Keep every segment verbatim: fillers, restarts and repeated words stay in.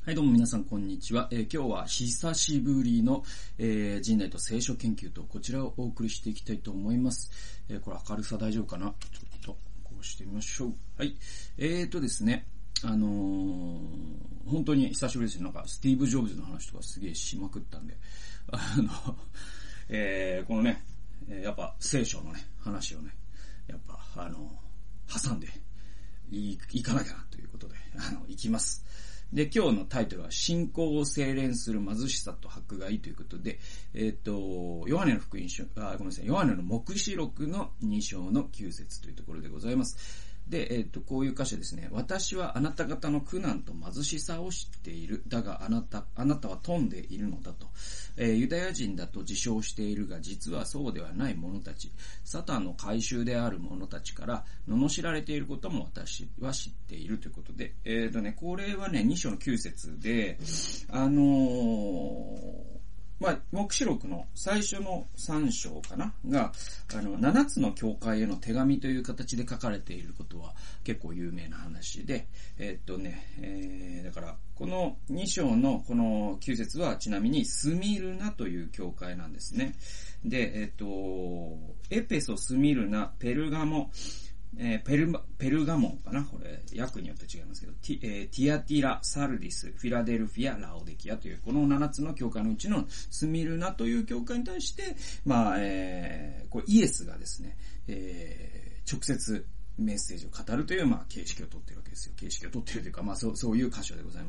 はい、どうも皆さんこんにちは。えー、今日は久しぶりの、えー、陣内と聖書研究とこちらをお送りしていきたいと思います。えー、これ明るさ大丈夫かな？ちょっとこうしてみましょう。はい。えーとですね、あのー、本当に久しぶりですね。なんかスティーブ・ジョブズの話とかすげえしまくったんで、あの、えー、このね、やっぱ聖書のね、話をね、やっぱあの、挟んでい、いかなきゃなということで、あの、いきます。で、今日のタイトルは、信仰を精錬する貧しさと迫害ということで、えっと、ヨハネの福音書、あ、ごめんなさい、ヨハネの黙示録のに章のきゅう節というところでございます。で、えっと、こういう箇所ですね。私はあなた方の苦難と貧しさを知っている。だがあなた、あなたは富んでいるのだと。えー、ユダヤ人だと自称しているが、実はそうではない者たち。サタンの改宗である者たちから、罵られていることも私は知っているということで。えっとね、これはね、に章のきゅう節で、あのー、まあ、黙示録の最初のさん章かなが、あの、ななつの教会への手紙という形で書かれていることは結構有名な話で、えー、っとね、えー、だから、このに章のこのきゅう節はちなみにスミルナという教会なんですね。で、えー、っと、エペソ、スミルナ、ペルガモ、えー、ペル、ペルガモンかなこれ、訳によって違いますけど、ティ、えー、ティアティラ、サルディス、フィラデルフィア、ラオデキアという、このななつの教会のうちのスミルナという教会に対して、まあ、えー、これイエスがですね、えー、直接メッセージを語るという、まあ、形式をとっているわけですよ。形式をとっているというか、まあ、そう、そういう箇所でございます。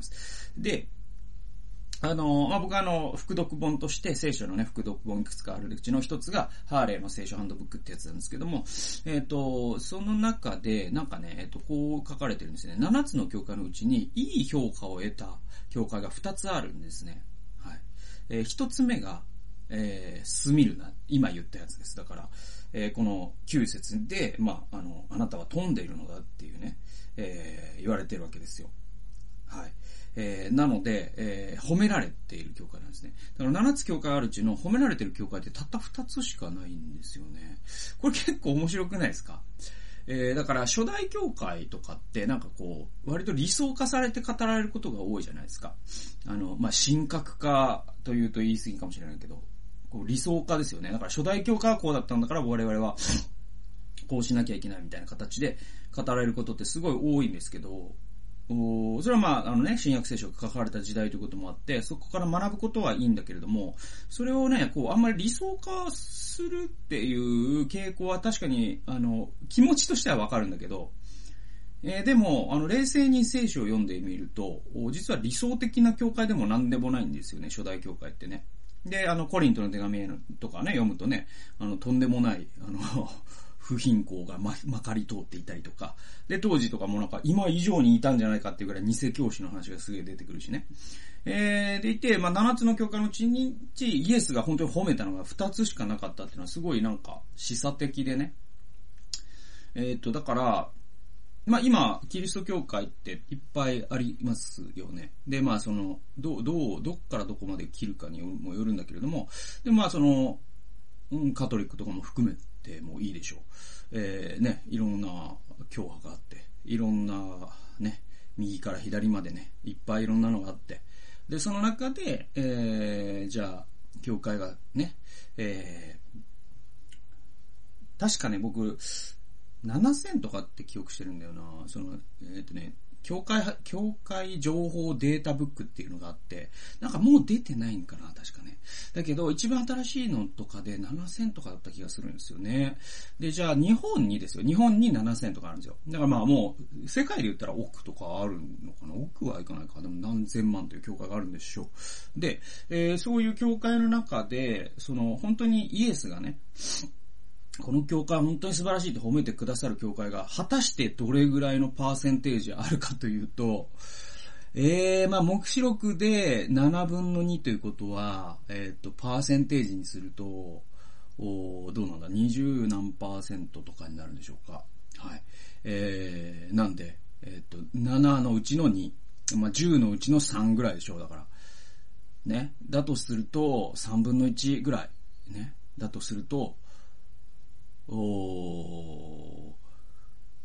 で、あの、まあ、僕はあの、副読本として聖書のね、副読本いくつかあるうちの一つが、ハーレーの聖書ハンドブックってやつなんですけども、えっと、その中で、なんかね、えっと、こう書かれてるんですね。ななつの教会のうちに、いい評価を得た教会がふたつあるんですね。はい。えー、ひとつめが、えー、スミルナ、今言ったやつです。だから、えー、このきゅう節で、まあ、あの、あなたは富んでいるのだっていうね、えー、言われてるわけですよ。はい。えー、なので、えー、褒められている教会なんですね。だからななつ教会あるうちの褒められている教会ってたったふたつしかないんですよね。これ結構面白くないですか？えー、だから初代教会とかってなんかこう、割と理想化されて語られることが多いじゃないですか。あの、まあ、神格化というと言い過ぎかもしれないけど、こう理想化ですよね。だから初代教会はこうだったんだから我々はこうしなきゃいけないみたいな形で語られることってすごい多いんですけど、おそれはまあ、あのね、新約聖書が書かれた時代ということもあって、そこから学ぶことはいいんだけれども、それをね、こう、あんまり理想化するっていう傾向は確かに、あの、気持ちとしてはわかるんだけど、えー、でも、あの、冷静に聖書を読んでみると、実は理想的な教会でも何でもないんですよね、初代教会ってね。で、あの、コリントの手紙とかね、読むとね、あの、とんでもない、あの、不貧困がま、まかり通っていたりとか。で、当時とかもなんか今以上にいたんじゃないかっていうぐらい偽教師の話がすげえ出てくるしね。えー、でいて、まあ、ななつの教会のうちに、イエスが本当に褒めたのがふたつしかなかったっていうのはすごいなんか示唆的でね。えっと、だから、まあ、今、キリスト教会っていっぱいありますよね。で、まあ、その、どう、どう、どっからどこまで切るかにもよるんだけれども、で、まあ、その、うん、カトリックとかも含めてもいいでしょう。えー、ね、いろんな教派があって、いろんなね、右から左までね、いっぱいいろんなのがあって、で、その中で、えー、じゃあ、教会がね、えー、確かね、僕、ななせんとかって記憶してるんだよな。その、えっとね、教会、教会情報データブックっていうのがあって、なんかもう出てないんかな、確かね。だけど、一番新しいのとかでななせんとかだった気がするんですよね。で、じゃあ日本にですよ。日本にななせんとかあるんですよ。だからまあもう、世界で言ったら億とかあるのかな。億はいかないか。でも何千万という教会があるんでしょう。で、えー、そういう教会の中で、その、本当にイエスがね、この教会は本当に素晴らしいと褒めてくださる教会が果たしてどれぐらいのパーセンテージあるかというと、えー、まあ、黙示録でななぶんのにということは、えっと、パーセンテージにすると、おどうなんだ、にじゅう何パーセントとかになるんでしょうか。はい。えー、なんで、えっと、ななのうちのに、まあ、じゅうのうちのさんぐらいでしょう、だから。ね。だとすると、さんぶんのいちぐらい。ね。だとすると、お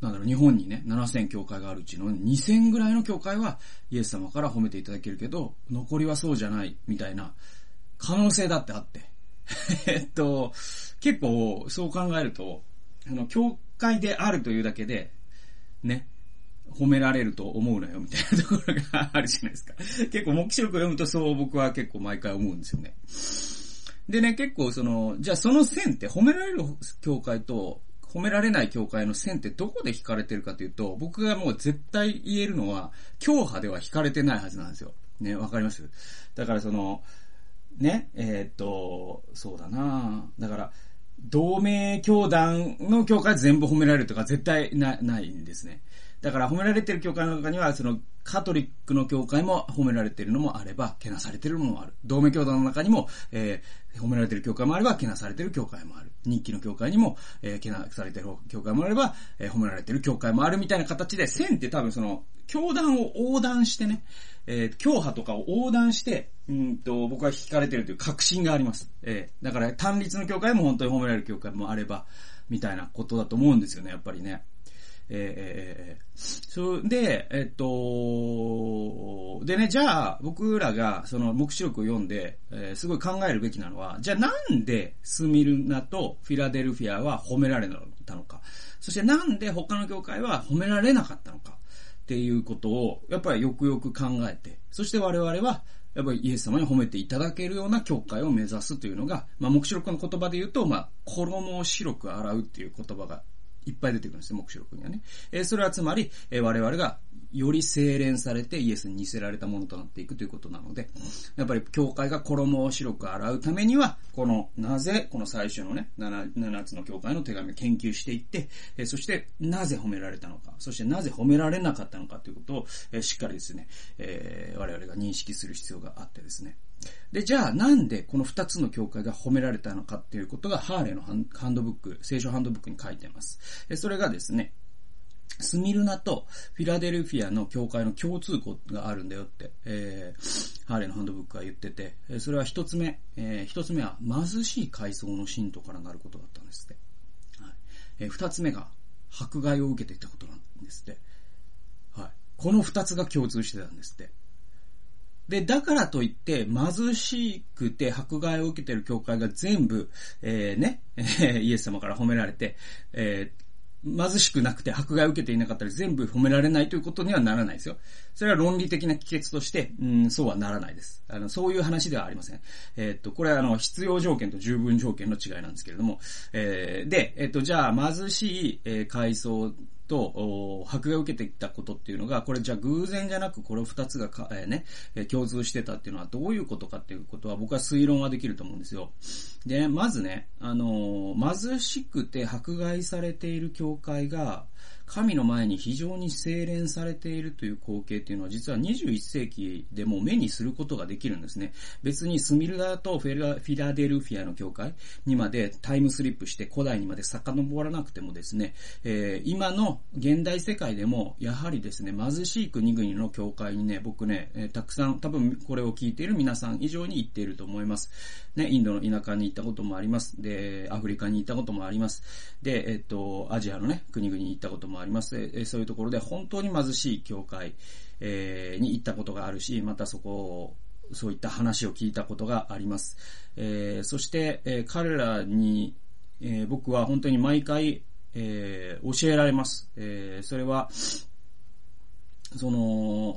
なんだろう、日本にね、ななせん教会があるうちのにせんぐらいの教会はイエス様から褒めていただけるけど、残りはそうじゃないみたいな可能性だってあって。えっと、結構そう考えると、あの、教会であるというだけで、ね、褒められると思うなよみたいなところがあるじゃないですか。結構黙示録を読むとそう僕は結構毎回思うんですよね。でね、結構その、じゃあその線って褒められる教会と褒められない教会の線ってどこで引かれてるかというと、僕がもう絶対言えるのは、教派では引かれてないはずなんですよ。ね、わかります？だからその、ね、えー、っと、そうだなだから、同盟教団の教会全部褒められるとか絶対な、ないんですね。だから褒められてる教会の中には、その、カトリックの教会も褒められてるのもあれば、けなされてるのもある。同盟教団の中にも、えー、褒められてる教会もあれば、けなされてる教会もある。日記の教会にも、えー、けなされてる教会もあれば、えー、褒められてる教会もあるみたいな形で、線って多分その、教団を横断してね、えー、教派とかを横断して、うんと、僕は惹かれてるという確信があります。えー、だから単立の教会も本当に褒められる教会もあれば、みたいなことだと思うんですよね、やっぱりね。えー、えー、そうで、えっと、でね、じゃあ、僕らが、その、黙示録を読んで、えー、すごい考えるべきなのは、じゃあなんで、スミルナとフィラデルフィアは褒められたのか。そしてなんで他の教会は褒められなかったのか。っていうことを、やっぱりよくよく考えて、そして我々は、やっぱりイエス様に褒めていただけるような教会を目指すというのが、まあ、黙示録の言葉で言うと、まあ、衣を白く洗うっていう言葉がいっぱい出てくるんですよ、黙示録にはね。えー、それはつまり、えー、我々がより精錬されてイエスに似せられたものとなっていくということなので、やっぱり教会が衣を白く洗うためには、この、なぜ、この最初のね、7, 7つの教会の手紙を研究していって、えー、そしてなぜ褒められたのか、そしてなぜ褒められなかったのかということを、えー、しっかりですね、えー、我々が認識する必要があってですね。で、じゃあなんでこのふたつの教会が褒められたのかっていうことがハーレーのハンドブック、聖書ハンドブックに書いています。それがですね、スミルナとフィラデルフィアの教会の共通項があるんだよって、えー、ハーレーのハンドブックは言ってて、それは一つ目、えー、一つ目は貧しい階層の信徒からなることだったんですって。はい。えー、二つ目が迫害を受けていたことなんですって。はい。この二つが共通してたんですって。で、だからといって、貧しくて迫害を受けている教会が全部、えー、ね、イエス様から褒められて、えー、貧しくなくて迫害を受けていなかったら全部褒められないということにはならないですよ。それは論理的な帰結として、うん、そうはならないです。あの、そういう話ではありません。えー、っと、これはあの、必要条件と十分条件の違いなんですけれども、えー、で、えー、っと、じゃあ、貧しい、えー、階層、と、迫害を受けてきたことっていうのが、これじゃあ偶然じゃなくこれ二つがか、えー、ね、共通してたっていうのはどういうことかっていうことは僕は推論はできると思うんですよ。で、ね、まずね、あのー、貧しくて迫害されている教会が、神の前に非常に精錬されているという光景っていうのは実はにじゅういっ世紀でも目にすることができるんですね。別にスミルダとフィラデルフィアの教会にまでタイムスリップして古代にまで遡らなくてもですね、えー、今の現代世界でもやはりですね、貧しい国々の教会にね、僕ね、えー、たくさん多分これを聞いている皆さん以上に行っていると思います。ね、インドの田舎に行ったこともあります。で、アフリカに行ったこともあります。で、えっと、アジアのね、国々に行ったこともあります。えそういうところで本当に貧しい教会、えー、に行ったことがあるし、またそこ、そういった話を聞いたことがあります。えー、そして、えー、彼らに、えー、僕は本当に毎回、えー、教えられます。えー、それは、その、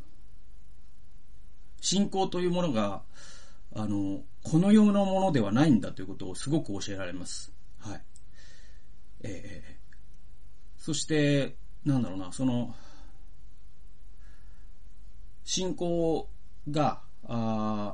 信仰というものが、あの、この世のものではないんだということをすごく教えられます。はい。えーそして、なんだろうな、その、信仰が、あ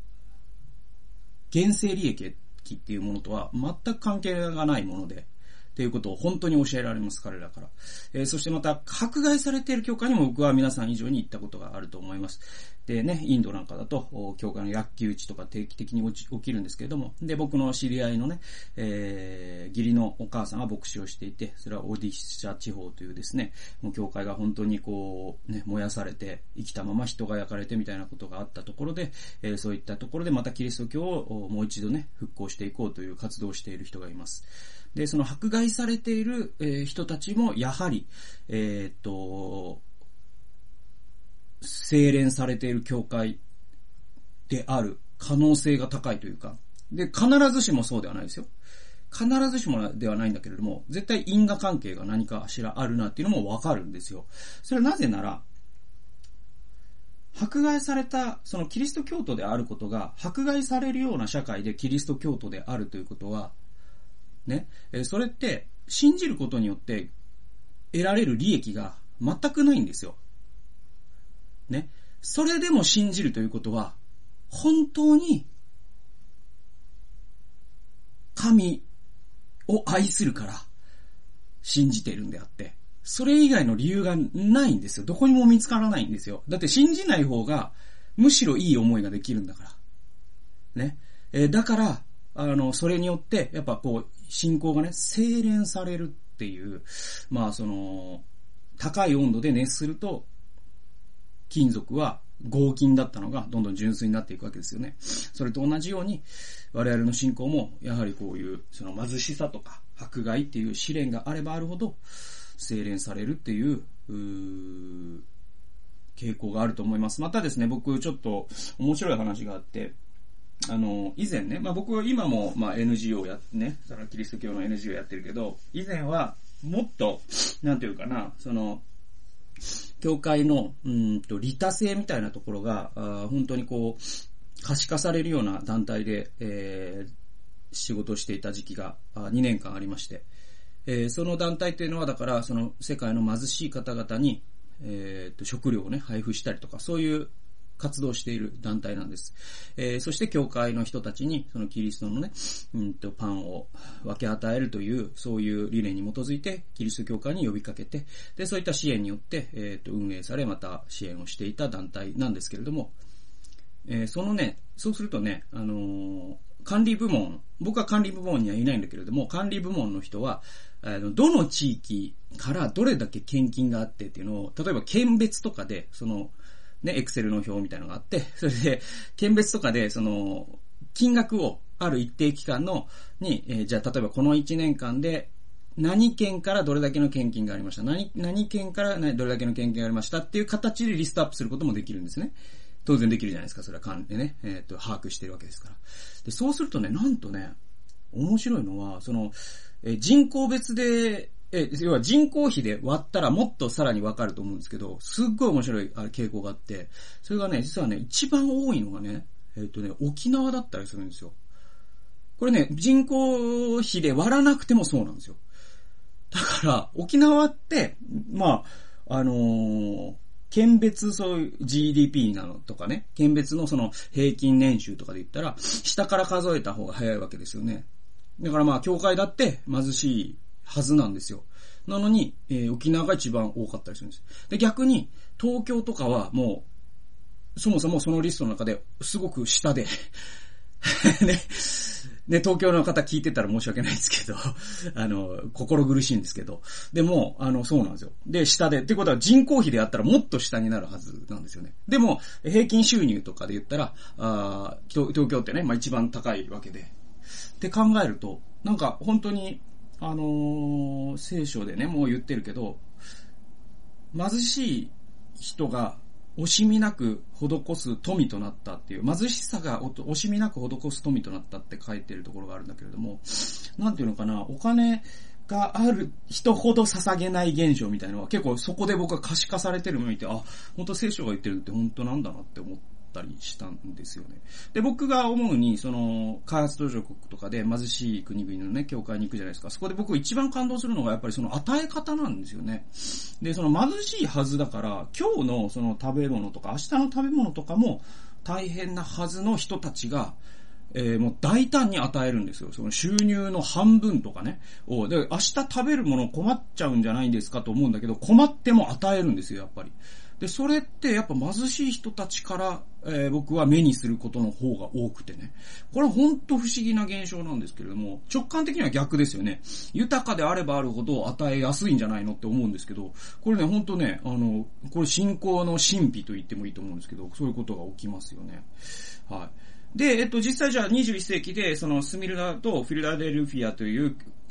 現世利益っていうものとは全く関係がないもので、っていうことを本当に教えられます、彼らから。えー、そしてまた、迫害されている教会にも僕は皆さん以上に行ったことがあると思います。でね、インドなんかだと、教会の薬器打ちとか定期的に起きるんですけれども、で、僕の知り合いのね、えー、義理のお母さんは牧師をしていて、それはオディッシャ地方というですね、もう教会が本当にこう、ね、燃やされて、生きたまま人が焼かれてみたいなことがあったところで、えー、そういったところでまたキリスト教をもう一度ね、復興していこうという活動をしている人がいます。 で、その迫害されている、えー、人たちも、やはり、えー、っと、精錬されている教会である可能性が高いというか、で、必ずしもそうではないですよ。必ずしもではないんだけれども、絶対因果関係が何かしらあるなっていうのもわかるんですよ。それはなぜなら、迫害された、そのキリスト教徒であることが、迫害されるような社会でキリスト教徒であるということは、ね、それって、信じることによって得られる利益が全くないんですよ。ね。それでも信じるということは、本当に、神を愛するから、信じているんであって、それ以外の理由がないんですよ。どこにも見つからないんですよ。だって信じない方が、むしろいい思いができるんだから。ね。えー、だから、あの、それによって、やっぱこう、信仰がね、精錬されるっていう、まあその、高い温度で熱すると、金属は合金だったのがどんどん純粋になっていくわけですよね。それと同じように、我々の信仰も、やはりこういう、その貧しさとか、迫害っていう試練があればあるほど、精錬されるっていう、うー、傾向があると思います。またですね、僕ちょっと面白い話があって、あの、以前ね、まあ僕は今も、まあ エヌジーオー やってね、そのキリスト教の エヌジーオー やってるけど、以前はもっと、なんていうかな、その、教会の、うんと、利他性みたいなところが、あ本当にこう、可視化されるような団体で、えー、仕事をしていた時期がにねんかんありまして、えー、その団体っていうのは、だから、その世界の貧しい方々に、えー、と食料をね、配布したりとか、そういう活動をしている団体なんです。えー、そして教会の人たちに、そのキリストのね、うんと、パンを分け与えるという、そういう理念に基づいて、キリスト教会に呼びかけて、で、そういった支援によって、えー、と、運営され、また支援をしていた団体なんですけれども、えー、そのね、そうするとね、あのー、管理部門、僕は管理部門にはいないんだけれども、管理部門の人は、あの、どの地域からどれだけ献金があってっていうのを、例えば県別とかで、その、ね、エクセルの表みたいなのがあって、それで、県別とかで、その、金額をある一定期間の、に、えー、じゃあ例えばこのいちねんかんで、何県からどれだけの献金がありました、何、何県からどれだけの献金がありましたっていう形でリストアップすることもできるんですね。当然できるじゃないですか。それは管理ね、えっと、把握してるわけですから。で、そうするとね、なんとね、面白いのは、その、え人口別で、え、要は人口比で割ったらもっとさらにわかると思うんですけど、すっごい面白い傾向があって、それがね、実はね、一番多いのがね、えっとね、沖縄だったりするんですよ。これね、人口比で割らなくてもそうなんですよ。だから、沖縄って、まあ、あのー、県別そういう ジーディーピー なのとかね、県別のその平均年収とかで言ったら、下から数えた方が早いわけですよね。だからまあ、教会だって貧しいはずなんですよ。なのに、えー、沖縄が一番多かったりするんです。で、逆に、東京とかはもう、そもそもそのリストの中ですごく下で、ね、ね、東京の方聞いてたら申し訳ないですけど、あの、心苦しいんですけど、でも、あの、そうなんですよ。で、下で、ってことは人口比でやったらもっと下になるはずなんですよね。でも、平均収入とかで言ったら、あ東京ってね、まあ一番高いわけで。って考えると、なんか本当に、あのー、聖書でね、もう言ってるけど、貧しい人が惜しみなく施す富となったっていう、貧しさが惜しみなく施す富となったって書いてるところがあるんだけれども、なんていうのかな、お金がある人ほど捧げない現象みたいなのは結構そこで僕は可視化されてるのを見て、あ、本当聖書が言ってるって本当なんだなって思ったりしたんですよね。で、僕が思うに、その、開発途上国とかで貧しい国々のね、教会に行くじゃないですか。そこで僕一番感動するのがやっぱりその与え方なんですよね。で、その貧しいはずだから、今日のその食べ物とか、明日の食べ物とかも大変なはずの人たちが、えー、もう大胆に与えるんですよ。その収入の半分とかね。をで、明日食べるもの困っちゃうんじゃないんですかと思うんだけど、困っても与えるんですよ、やっぱり。で、それってやっぱ貧しい人たちから、えー、僕は目にすることの方が多くてね。これは本当不思議な現象なんですけれども、直感的には逆ですよね。豊かであればあるほど与えやすいんじゃないのって思うんですけど、これね、本当ね、あの、これ信仰の神秘と言ってもいいと思うんですけど、そういうことが起きますよね。はい。で、えっと、実際じゃあにじゅういっせいきで、そのスミルナとフィラデルフィアという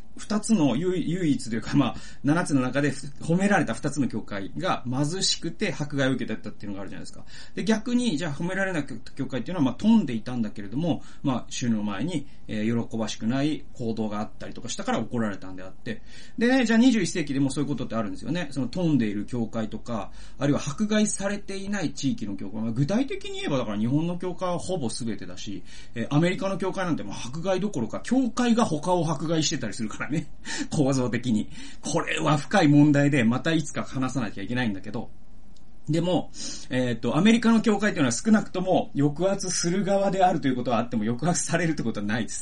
二つの唯一というか、まあ、七つの中で褒められた二つの教会が貧しくて迫害を受けたっていうのがあるじゃないですか。で、逆に、じゃあ褒められなかった教会っていうのは、まあ、富んでいたんだけれども、まあ、主の前に、えー、喜ばしくない行動があったりとかしたから怒られたんであって。でね、じゃあにじゅういっ世紀でもそういうことってあるんですよね。その富んでいる教会とか、あるいは迫害されていない地域の教会。まあ、具体的に言えば、だから日本の教会はほぼ全てだし、えー、アメリカの教会なんてもう迫害どころか、教会が他を迫害してたりするからね。構造的に。これは深い問題で、またいつか話さなきゃいけないんだけど、でも、えっと、アメリカの教会というのは少なくとも抑圧する側であるということはあっても抑圧されるということはないです。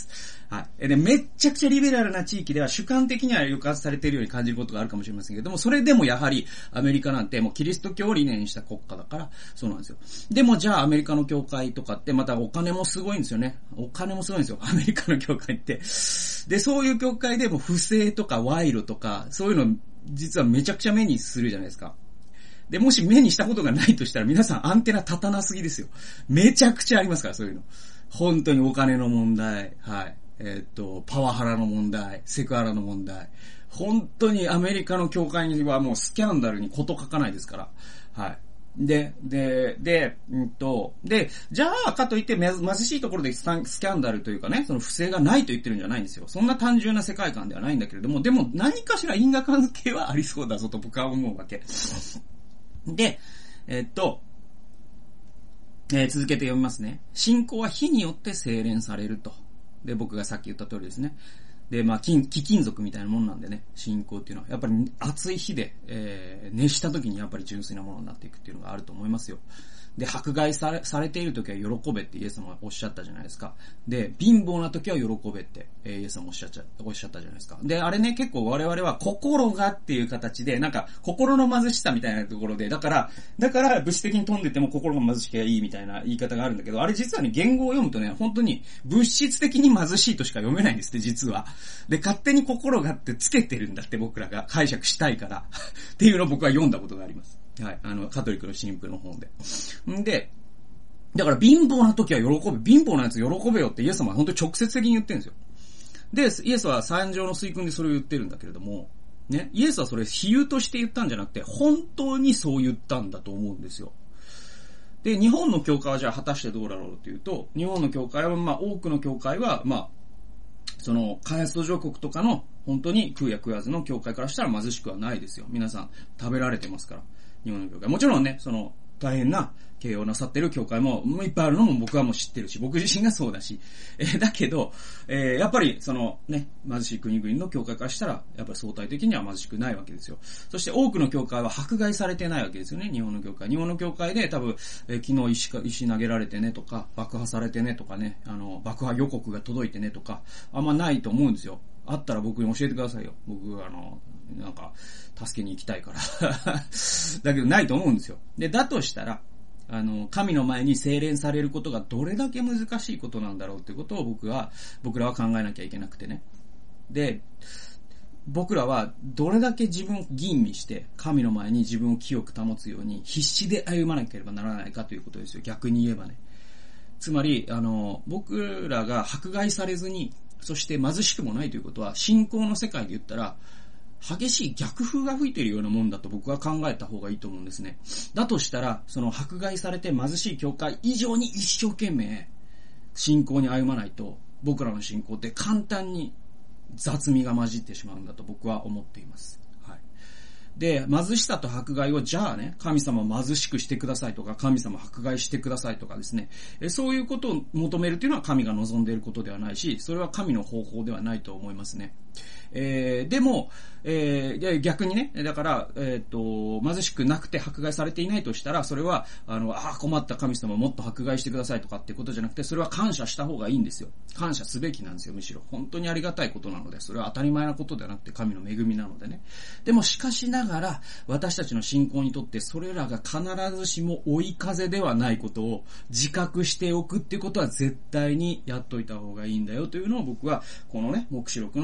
はい。で、めっちゃくちゃリベラルな地域では主観的には抑圧されているように感じることがあるかもしれませんけども、それでもやはりアメリカなんてもうキリスト教を理念にした国家だから、そうなんですよ。でもじゃあアメリカの教会とかってまたお金もすごいんですよね。お金もすごいんですよ。アメリカの教会って。で、そういう教会でも不正とか賄賂とか、そういうの実はめちゃくちゃ目にするじゃないですか。で、もし目にしたことがないとしたら皆さんアンテナ立たなすぎですよ。めちゃくちゃありますから、そういうの。本当にお金の問題、はい。えっと、パワハラの問題、セクハラの問題。本当にアメリカの教会にはもうスキャンダルにこと書かないですから。はい。で、で、で、うんと、で、じゃあ、かといって貧しいところでスキャンダルというかね、その不正がないと言ってるんじゃないんですよ。そんな単純な世界観ではないんだけれども、でも何かしら因果関係はありそうだぞと僕は思うわけ。で、えっと、えー、続けて読みますね。信仰は火によって精錬されると。で、僕がさっき言った通りですね。で、まあ、金、貴金属みたいなもんなんでね、信仰っていうのは。やっぱり熱い火で、えー、熱した時にやっぱり純粋なものになっていくっていうのがあると思いますよ。で、迫害され、されている時は喜べってイエス様がおっしゃったじゃないですか。で、貧乏な時は喜べって、えー、イエス様がおっしゃっちゃ、おっしゃったじゃないですか。で、あれね、結構我々は心がっていう形で、なんか、心の貧しさみたいなところで、だから、だから物質的に富んでても心が貧しきゃいいみたいな言い方があるんだけど、あれ実はね、言語を読むとね、本当に物質的に貧しいとしか読めないんですって、実は。で、勝手に心がってつけてるんだって僕らが解釈したいから、っていうのを僕は読んだことがあります。はい。あの、カトリックの神父の本で。んで、だから貧乏な時は喜べ、貧乏なやつ喜べよってイエス様は本当に直接的に言ってるんですよ。で、イエスは三条の水訓でそれを言ってるんだけれども、ね、イエスはそれ比喩として言ったんじゃなくて、本当にそう言ったんだと思うんですよ。で、日本の教会はじゃあ果たしてどうだろうというと、日本の教会は、まあ多くの教会は、まあ、その、開発途上国とかの本当に食うや食わずの教会からしたら貧しくはないですよ。皆さん食べられてますから。日本の教会。もちろんね、その、大変な経営をなさっている教会もいっぱいあるのも僕はもう知ってるし、僕自身がそうだし。えー、だけど、えー、やっぱりそのね、貧しい国々の教会からしたら、やっぱり相対的には貧しくないわけですよ。そして多くの教会は迫害されてないわけですよね、日本の教会。日本の教会で多分、えー、昨日石か、石投げられてねとか、爆破されてねとかね、あの、爆破予告が届いてねとか、あんまないと思うんですよ。あったら僕に教えてくださいよ。僕、あの、なんか、助けに行きたいから。だけどないと思うんですよ。で、だとしたら、あの、神の前に精錬されることがどれだけ難しいことなんだろうっていうことを僕は、僕らは考えなきゃいけなくてね。で、僕らはどれだけ自分を吟味して、神の前に自分を清く保つように必死で歩まなければならないかということですよ。逆に言えばね。つまり、あの、僕らが迫害されずに、そして貧しくもないということは、信仰の世界で言ったら、激しい逆風が吹いているようなもんだと僕は考えた方がいいと思うんですね。だとしたら、その迫害されて貧しい教会以上に一生懸命、信仰に歩まないと、僕らの信仰って簡単に雑味が混じってしまうんだと僕は思っています。で、貧しさと迫害をじゃあね、神様を貧しくしてくださいとか、神様を迫害してくださいとかですね、えそういうことを求めるというのは神が望んでいることではないし、それは神の方法ではないと思いますね。えー、でも、えー、逆にね、だから、えっと、貧しくなくて迫害されていないとしたら、それは、あの、ああ、困った神様をもっと迫害してくださいとかってことじゃなくて、それは感謝した方がいいんですよ。感謝すべきなんですよ、むしろ。本当にありがたいことなので、それは当たり前なことではなくて神の恵みなのでね。でもしかしながら、私たちの信仰にとって、それらが必ずしも追い風ではないことを自覚しておくっていうことは絶対にやっといた方がいいんだよというのを僕は、このね、黙示録のななつの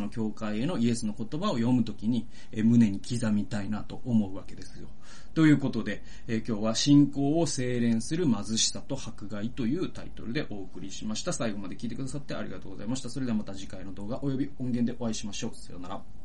の教会へのイエスの言葉を読むときに、えー、胸に刻みたいなと思うわけですよ。ということで、えー、今日は信仰を精錬する貧しさと迫害というタイトルでお送りしました。最後まで聞いてくださってありがとうございました。それではまた次回の動画および音源でお会いしましょう。さようなら。